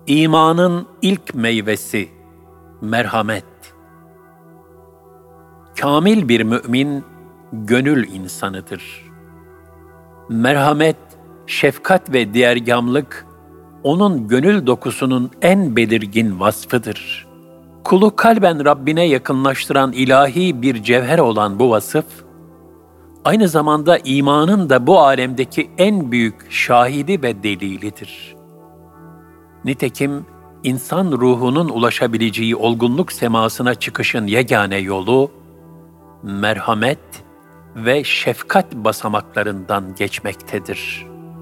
İmanın ilk meyvesi, merhamet. Kamil bir mümin, gönül insanıdır. Merhamet, şefkat ve diğergamlık, onun gönül dokusunun en belirgin vasfıdır. Kulu kalben Rabbine yakınlaştıran ilahi bir cevher olan bu vasıf, aynı zamanda imanın da bu alemdeki en büyük şahidi ve delilidir. Nitekim, insan ruhunun ulaşabileceği olgunluk semasına çıkışın yegane yolu, merhamet ve şefkat basamaklarından geçmektedir.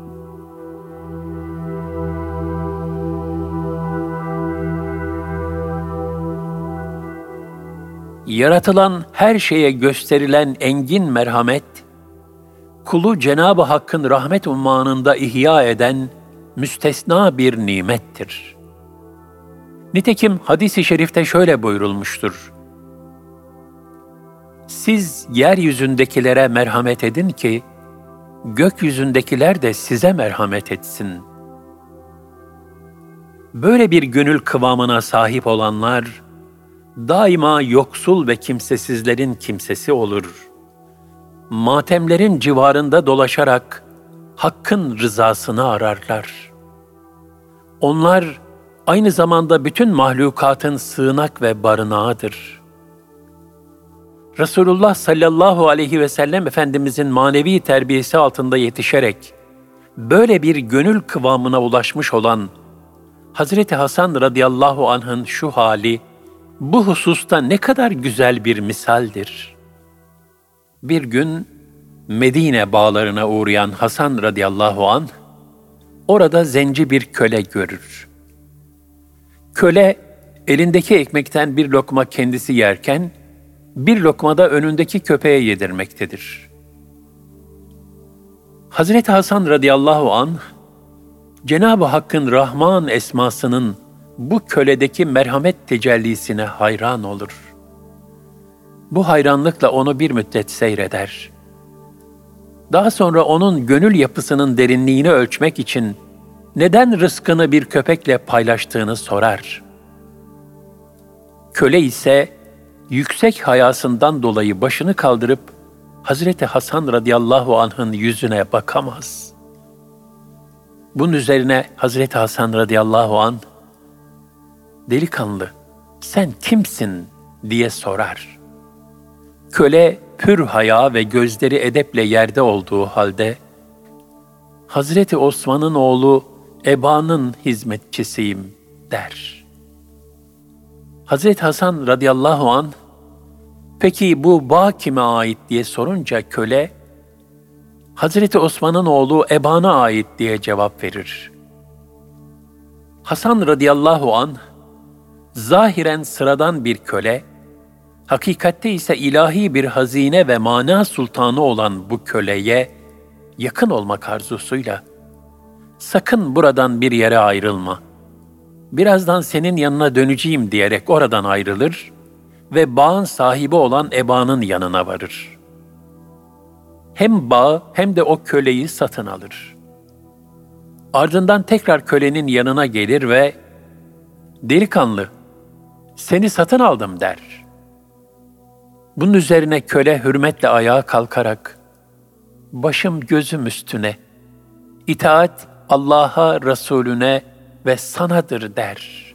Yaratılan her şeye gösterilen engin merhamet, kulu Cenab-ı Hakk'ın rahmet ummanında ihya eden müstesna bir nimettir. Nitekim hadis-i şerifte şöyle buyurulmuştur: Siz yeryüzündekilere merhamet edin ki, gökyüzündekiler de size merhamet etsin. Böyle bir gönül kıvamına sahip olanlar, daima yoksul ve kimsesizlerin kimsesi olur. Matemlerin civarında dolaşarak Hakk'ın rızasını ararlar. Onlar aynı zamanda bütün mahlukatın sığınak ve barınağıdır. Resulullah sallallahu aleyhi ve sellem Efendimizin manevi terbiyesi altında yetişerek böyle bir gönül kıvamına ulaşmış olan Hazreti Hasan radıyallahu anh'ın şu hali, bu hususta ne kadar güzel bir misaldir. Bir gün Medine bağlarına uğrayan Hasan radıyallahu anh, orada zenci bir köle görür. Köle, elindeki ekmekten bir lokma kendisi yerken, bir lokma da önündeki köpeğe yedirmektedir. Hazreti Hasan radıyallahu anh, Cenab-ı Hakk'ın Rahman esmasının bu köledeki merhamet tecellisine hayran olur. Bu hayranlıkla onu bir müddet seyreder. Daha sonra onun gönül yapısının derinliğini ölçmek için neden rızkını bir köpekle paylaştığını sorar. Köle ise yüksek hayasından dolayı başını kaldırıp Hazreti Hasan radıyallahu anh'ın yüzüne bakamaz. Bunun üzerine Hazreti Hasan radıyallahu anh, "Delikanlı, sen kimsin?" diye sorar. Köle pür haya ve gözleri edeple yerde olduğu halde, "Hazreti Osman'ın oğlu Eba'nın hizmetçisiyim." der. Hazreti Hasan radıyallahu anh, "Peki bu bağ kime ait?" diye sorunca köle, "Hazreti Osman'ın oğlu Eba'na ait." diye cevap verir. Hasan radıyallahu anh, zahiren sıradan bir köle, hakikatte ise ilahi bir hazine ve mana sultanı olan bu köleye yakın olmak arzusuyla, "Sakın buradan bir yere ayrılma. Birazdan senin yanına döneceğim." diyerek oradan ayrılır ve bağın sahibi olan Eba'nın yanına varır. Hem bağı hem de o köleyi satın alır. Ardından tekrar kölenin yanına gelir ve "Delikanlı, seni satın aldım." der. Bunun üzerine köle hürmetle ayağa kalkarak, "Başım gözüm üstüne, itaat Allah'a, Resulüne ve sanadır." der.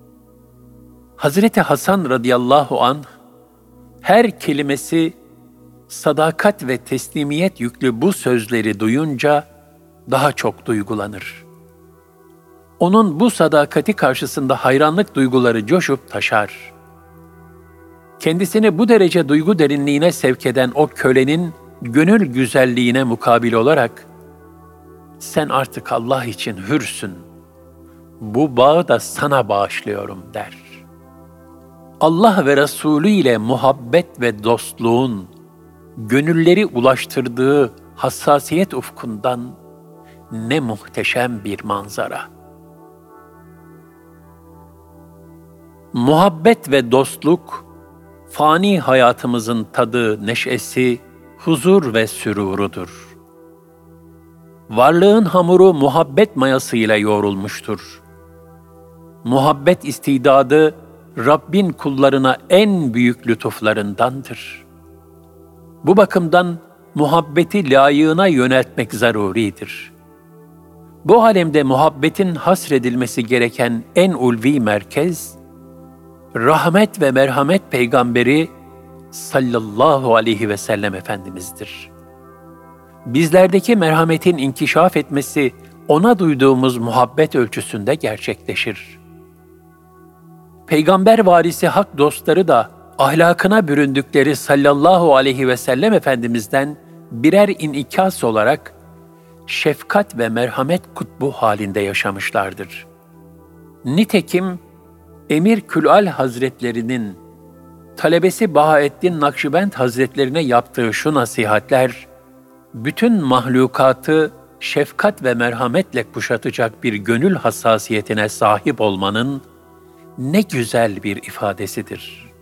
Hazreti Hasan radıyallahu anh, her kelimesi sadakat ve teslimiyet yüklü bu sözleri duyunca daha çok duygulanır. Onun bu sadakati karşısında hayranlık duyguları coşup taşar. Kendisini bu derece duygu derinliğine sevk eden o kölenin gönül güzelliğine mukabil olarak, "Sen artık Allah için hürsün, bu bağı da sana bağışlıyorum." der. Allah ve Resulü ile muhabbet ve dostluğun gönülleri ulaştırdığı hassasiyet ufkundan ne muhteşem bir manzara. Muhabbet ve dostluk, fani hayatımızın tadı, neşesi, huzur ve sürurudur. Varlığın hamuru muhabbet mayasıyla yoğrulmuştur. Muhabbet istidadı Rabbin kullarına en büyük lütuflarındandır. Bu bakımdan muhabbeti layığına yöneltmek zaruridir. Bu alemde muhabbetin hasredilmesi gereken en ulvi merkez, rahmet ve merhamet peygamberi sallallahu aleyhi ve sellem Efendimiz'dir. Bizlerdeki merhametin inkişaf etmesi ona duyduğumuz muhabbet ölçüsünde gerçekleşir. Peygamber varisi hak dostları da ahlakına büründükleri sallallahu aleyhi ve sellem Efendimiz'den birer inikas olarak şefkat ve merhamet kutbu halinde yaşamışlardır. Nitekim Emir Külal Hazretlerinin talebesi Bahaeddin Nakşibend Hazretlerine yaptığı şu nasihatler, bütün mahlukatı şefkat ve merhametle kuşatacak bir gönül hassasiyetine sahip olmanın ne güzel bir ifadesidir.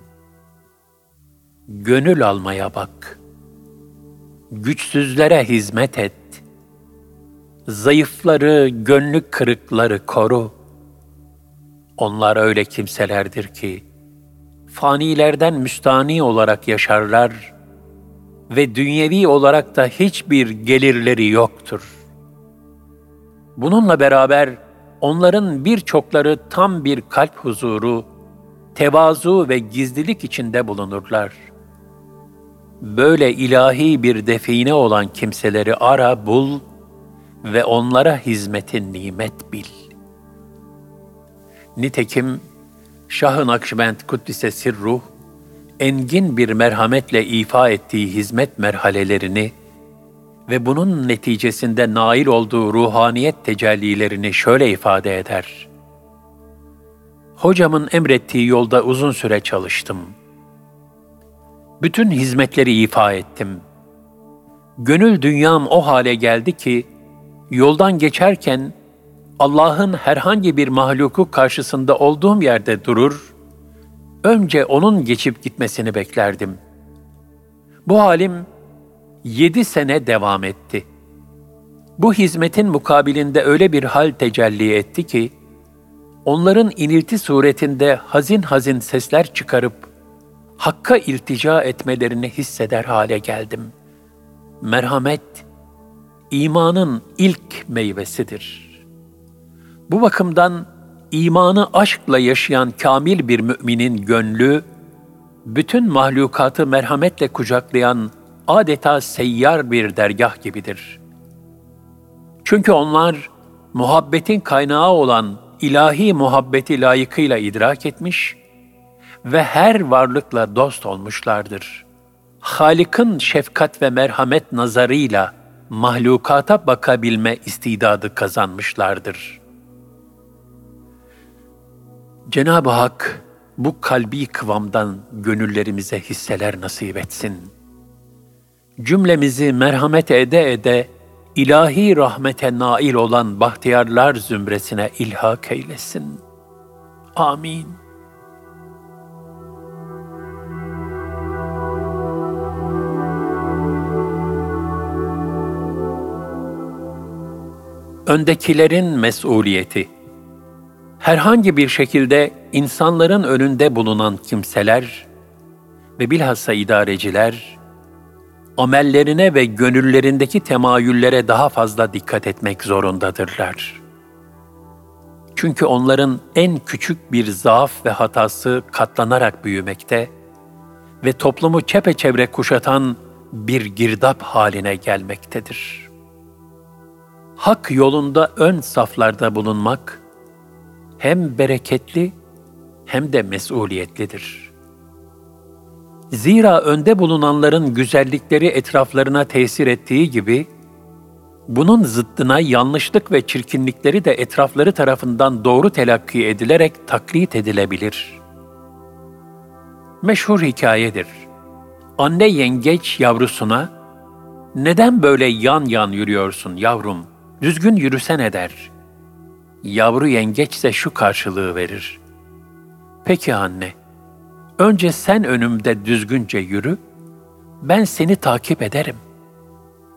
Gönül almaya bak. Güçsüzlere hizmet et. Zayıfları, gönlü kırıkları koru. Onlar öyle kimselerdir ki, fanilerden müstani olarak yaşarlar ve dünyevi olarak da hiçbir gelirleri yoktur. Bununla beraber onların birçokları tam bir kalp huzuru, tevazu ve gizlilik içinde bulunurlar. Böyle ilahi bir define olan kimseleri ara, bul ve onlara hizmetin nimet bil. Nitekim Şah-ı Nakşibend Kuddise Sirruh, engin bir merhametle ifa ettiği hizmet merhalelerini ve bunun neticesinde nail olduğu ruhaniyet tecellilerini şöyle ifade eder. Hocamın emrettiği yolda uzun süre çalıştım. Bütün hizmetleri ifa ettim. Gönül dünyam o hale geldi ki, yoldan geçerken Allah'ın herhangi bir mahluku karşısında olduğum yerde durur, önce onun geçip gitmesini beklerdim. Bu halim 7 sene devam etti. Bu hizmetin mukabilinde öyle bir hal tecelli etti ki, onların inilti suretinde hazin hazin sesler çıkarıp, Hakk'a iltica etmelerini hisseder hale geldim. Merhamet, imanın ilk meyvesidir. Bu bakımdan imanı aşkla yaşayan kamil bir müminin gönlü, bütün mahlukatı merhametle kucaklayan adeta seyyar bir dergah gibidir. Çünkü onlar muhabbetin kaynağı olan ilahi muhabbeti layıkıyla idrak etmiş ve her varlıkla dost olmuşlardır. Halik'in şefkat ve merhamet nazarıyla mahlukata bakabilme istidadı kazanmışlardır. Cenab-ı Hak bu kalbi kıvamdan gönüllerimize hisseler nasip etsin. Cümlemizi merhamet ede ede ilahi rahmete nail olan bahtiyarlar zümresine ilhak eylesin. Amin. Öndekilerin mesuliyeti. Herhangi bir şekilde insanların önünde bulunan kimseler ve bilhassa idareciler, amellerine ve gönüllerindeki temayüllere daha fazla dikkat etmek zorundadırlar. Çünkü onların en küçük bir zaaf ve hatası katlanarak büyümekte ve toplumu çepeçevre kuşatan bir girdap haline gelmektedir. Hak yolunda ön saflarda bulunmak, hem bereketli hem de mesuliyetlidir. Zira önde bulunanların güzellikleri etraflarına tesir ettiği gibi, bunun zıttına yanlışlık ve çirkinlikleri de etrafları tarafından doğru telakki edilerek taklit edilebilir. Meşhur hikayedir. Anne yengeç yavrusuna, "Neden böyle yan yan yürüyorsun yavrum, düzgün yürüsene" der. Yavru yengeç ise şu karşılığı verir: "Peki anne, önce sen önümde düzgünce yürü, ben seni takip ederim."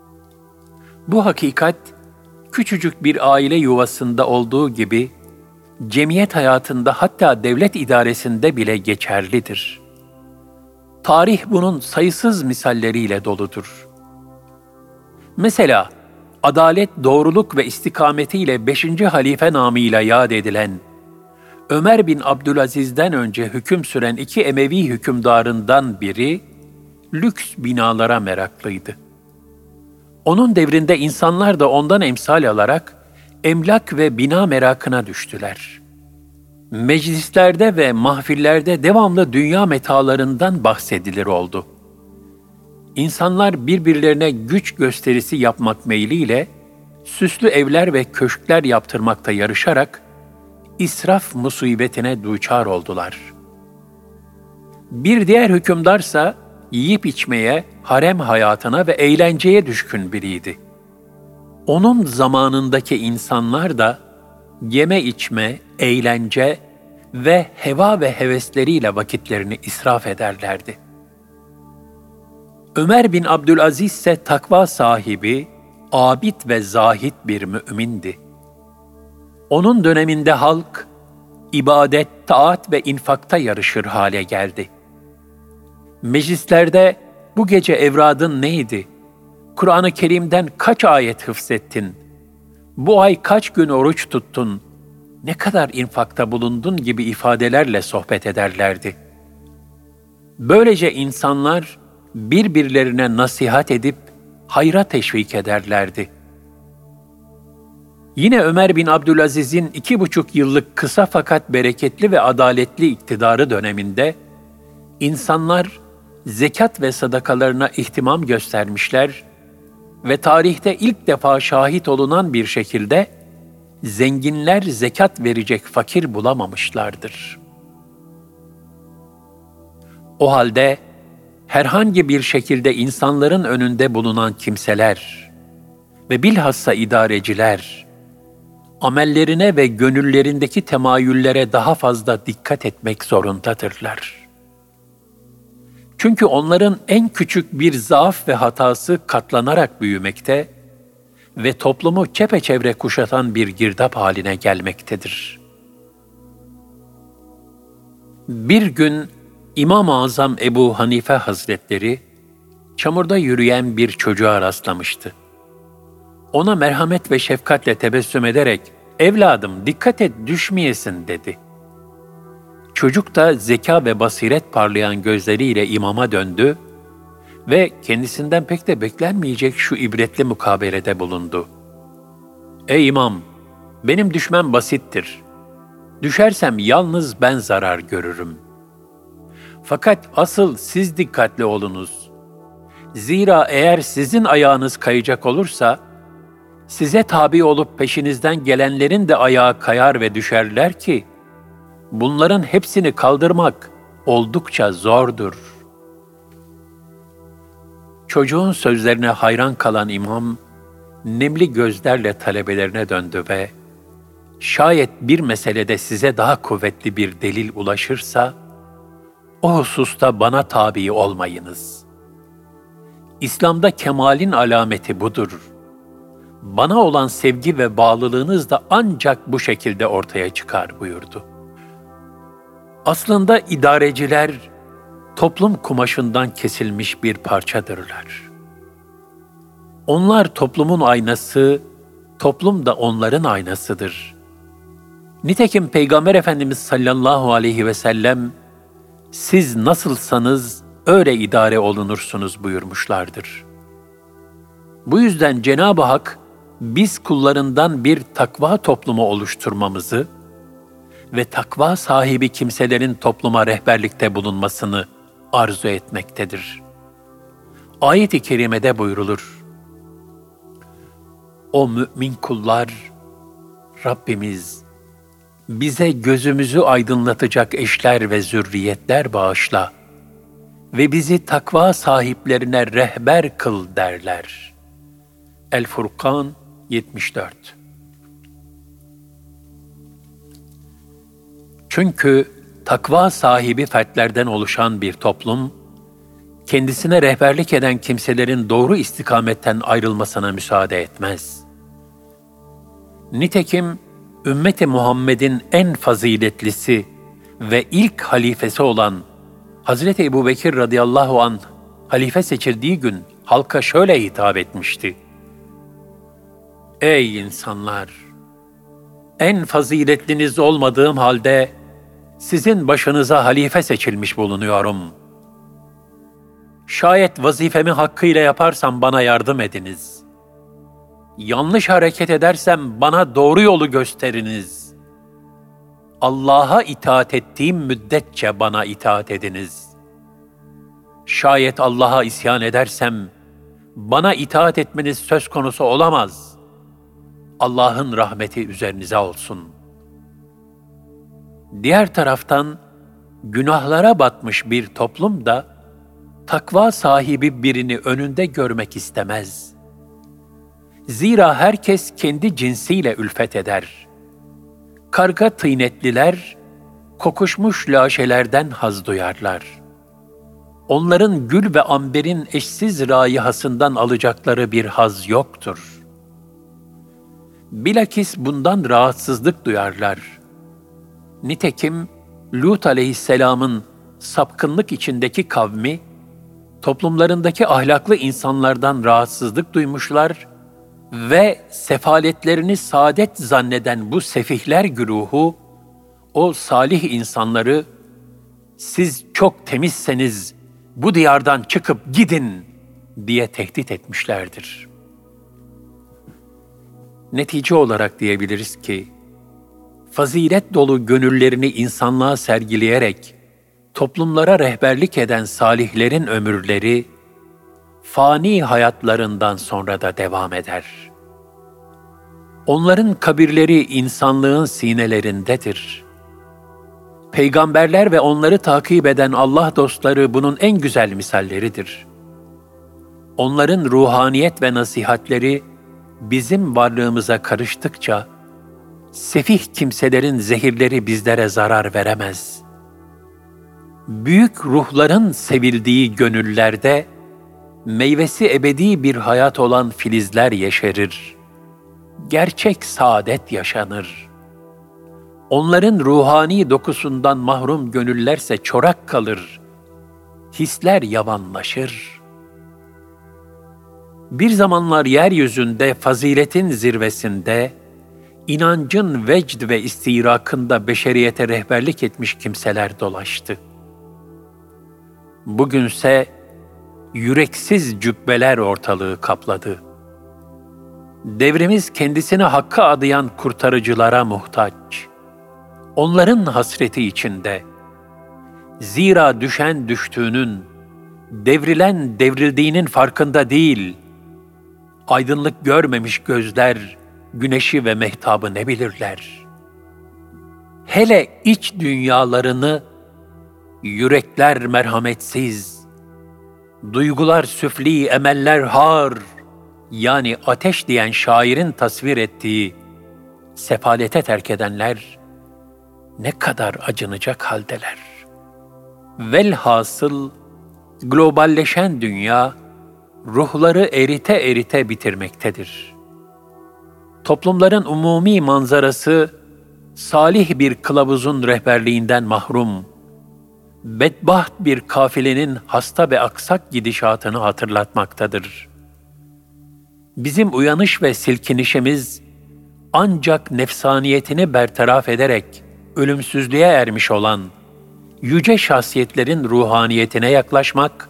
Bu hakikat, küçücük bir aile yuvasında olduğu gibi, cemiyet hayatında hatta devlet idaresinde bile geçerlidir. Tarih bunun sayısız misalleriyle doludur. Mesela, adalet, doğruluk ve istikametiyle 5. halife namıyla yad edilen, Ömer bin Abdülaziz'den önce hüküm süren 2 Emevi hükümdarından biri, lüks binalara meraklıydı. Onun devrinde insanlar da ondan emsal alarak, emlak ve bina merakına düştüler. Meclislerde ve mahfillerde devamlı dünya metalarından bahsedilir oldu. İnsanlar birbirlerine güç gösterisi yapmak meyliyle, süslü evler ve köşkler yaptırmakta yarışarak, israf musibetine duçar oldular. Bir diğer hükümdarsa, yiyip içmeye, harem hayatına ve eğlenceye düşkün biriydi. Onun zamanındaki insanlar da, yeme içme, eğlence ve heva ve hevesleriyle vakitlerini israf ederlerdi. Ömer bin Abdülaziz ise takva sahibi, abid ve zahid bir mümindi. Onun döneminde halk, ibadet, taat ve infakta yarışır hale geldi. Meclislerde bu gece evradın neydi? Kur'an-ı Kerim'den kaç ayet hıfzettin? Bu ay kaç gün oruç tuttun? Ne kadar infakta bulundun gibi ifadelerle sohbet ederlerdi. Böylece insanlar birbirlerine nasihat edip hayra teşvik ederlerdi. Yine Ömer bin Abdülaziz'in 2,5 yıllık kısa fakat bereketli ve adaletli iktidarı döneminde insanlar zekat ve sadakalarına ihtimam göstermişler ve tarihte ilk defa şahit olunan bir şekilde zenginler zekat verecek fakir bulamamışlardır. O halde herhangi bir şekilde insanların önünde bulunan kimseler ve bilhassa idareciler, amellerine ve gönüllerindeki temayüllere daha fazla dikkat etmek zorundadırlar. Çünkü onların en küçük bir zaaf ve hatası katlanarak büyümekte ve toplumu çepeçevre kuşatan bir girdap haline gelmektedir. Bir gün İmam-ı Azam Ebu Hanife Hazretleri, çamurda yürüyen bir çocuğa rastlamıştı. Ona merhamet ve şefkatle tebessüm ederek, "Evladım dikkat et düşmeyesin." dedi. Çocuk da zeka ve basiret parlayan gözleriyle imama döndü ve kendisinden pek de beklenmeyecek şu ibretli mukabelede bulundu. "Ey imam, benim düşmem basittir. Düşersem yalnız ben zarar görürüm. Fakat asıl siz dikkatli olunuz. Zira eğer sizin ayağınız kayacak olursa, size tabi olup peşinizden gelenlerin de ayağı kayar ve düşerler ki, bunların hepsini kaldırmak oldukça zordur." Çocuğun sözlerine hayran kalan imam, nemli gözlerle talebelerine döndü ve "Şayet bir meselede size daha kuvvetli bir delil ulaşırsa, o hususta bana tabi olmayınız. İslam'da kemalin alameti budur. Bana olan sevgi ve bağlılığınız da ancak bu şekilde ortaya çıkar." buyurdu. Aslında idareciler, toplum kumaşından kesilmiş bir parçadırlar. Onlar toplumun aynası, toplum da onların aynasıdır. Nitekim Peygamber Efendimiz sallallahu aleyhi ve sellem, "Siz nasılsanız öyle idare olunursunuz." buyurmuşlardır. Bu yüzden Cenab-ı Hak, biz kullarından bir takva toplumu oluşturmamızı ve takva sahibi kimselerin topluma rehberlikte bulunmasını arzu etmektedir. Ayet-i kerimede buyrulur: "O mümin kullar, Rabbimiz, bize gözümüzü aydınlatacak eşler ve zürriyetler bağışla ve bizi takva sahiplerine rehber kıl" derler. El-Furkan 74. Çünkü takva sahibi fertlerden oluşan bir toplum, kendisine rehberlik eden kimselerin doğru istikametten ayrılmasına müsaade etmez. Nitekim ümmeti Muhammed'in en faziletlisi ve ilk halifesi olan Hazreti Ebubekir radıyallahu anh halife seçildiği gün halka şöyle hitap etmişti: Ey insanlar! En faziletliniz olmadığım halde sizin başınıza halife seçilmiş bulunuyorum. Şayet vazifemi hakkıyla yaparsam bana yardım ediniz. Yanlış hareket edersem bana doğru yolu gösteriniz. Allah'a itaat ettiğim müddetçe bana itaat ediniz. Şayet Allah'a isyan edersem bana itaat etmeniz söz konusu olamaz. Allah'ın rahmeti üzerinize olsun. Diğer taraftan günahlara batmış bir toplum da takva sahibi birini önünde görmek istemez. Zira herkes kendi cinsiyle ülfet eder. Karga tıynetliler, kokuşmuş laşelerden haz duyarlar. Onların gül ve amberin eşsiz rayihasından alacakları bir haz yoktur. Bilakis bundan rahatsızlık duyarlar. Nitekim Lut aleyhisselamın sapkınlık içindeki kavmi, toplumlarındaki ahlaklı insanlardan rahatsızlık duymuşlar ve sefaletlerini saadet zanneden bu sefihler güruhu, o salih insanları, siz çok temizseniz bu diyardan çıkıp gidin diye tehdit etmişlerdir. Netice olarak diyebiliriz ki, fazilet dolu gönüllerini insanlığa sergileyerek toplumlara rehberlik eden salihlerin ömürleri, fani hayatlarından sonra da devam eder. Onların kabirleri insanlığın sinelerindedir. Peygamberler ve onları takip eden Allah dostları bunun en güzel misalleridir. Onların ruhaniyet ve nasihatleri bizim varlığımıza karıştıkça, sefih kimselerin zehirleri bizlere zarar veremez. Büyük ruhların sevildiği gönüllerde, meyvesi ebedi bir hayat olan filizler yeşerir. Gerçek saadet yaşanır. Onların ruhani dokusundan mahrum gönüllerse çorak kalır. Hisler yavanlaşır. Bir zamanlar yeryüzünde faziletin zirvesinde, inancın vecd ve istirakında beşeriyete rehberlik etmiş kimseler dolaştı. Bugünse yüreksiz cübbeler ortalığı kapladı. Devrimiz kendisine hakka adayan kurtarıcılara muhtaç. Onların hasreti içinde. Zira düşen düştüğünün, devrilen devrildiğinin farkında değil. Aydınlık görmemiş gözler, güneşi ve mehtabı ne bilirler? Hele iç dünyalarını, yürekler merhametsiz, duygular süfli, emeller har, yani ateş diyen şairin tasvir ettiği sefalete terk edenler ne kadar acınacak haldeler. Velhasıl globalleşen dünya ruhları erite erite bitirmektedir. Toplumların umumi manzarası salih bir kılavuzun rehberliğinden mahrum, bedbaht bir kafilenin hasta ve aksak gidişatını hatırlatmaktadır. Bizim uyanış ve silkinişimiz ancak nefsaniyetini bertaraf ederek ölümsüzlüğe ermiş olan yüce şahsiyetlerin ruhaniyetine yaklaşmak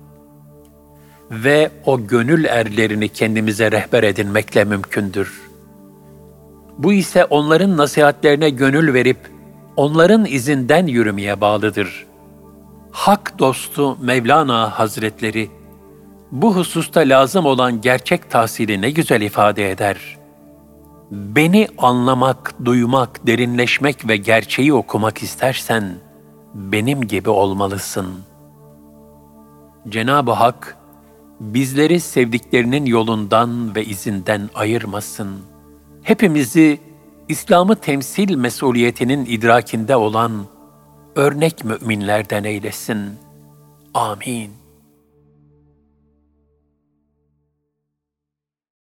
ve o gönül erlerini kendimize rehber edinmekle mümkündür. Bu ise onların nasihatlerine gönül verip onların izinden yürümeye bağlıdır. Hak dostu Mevlana Hazretleri bu hususta lazım olan gerçek tahsili ne güzel ifade eder. Beni anlamak, duymak, derinleşmek ve gerçeği okumak istersen benim gibi olmalısın. Cenab-ı Hak bizleri sevdiklerinin yolundan ve izinden ayırmasın. Hepimizi İslam'ı temsil mesuliyetinin idrakinde olan örnek müminlerden eylesin. Amin.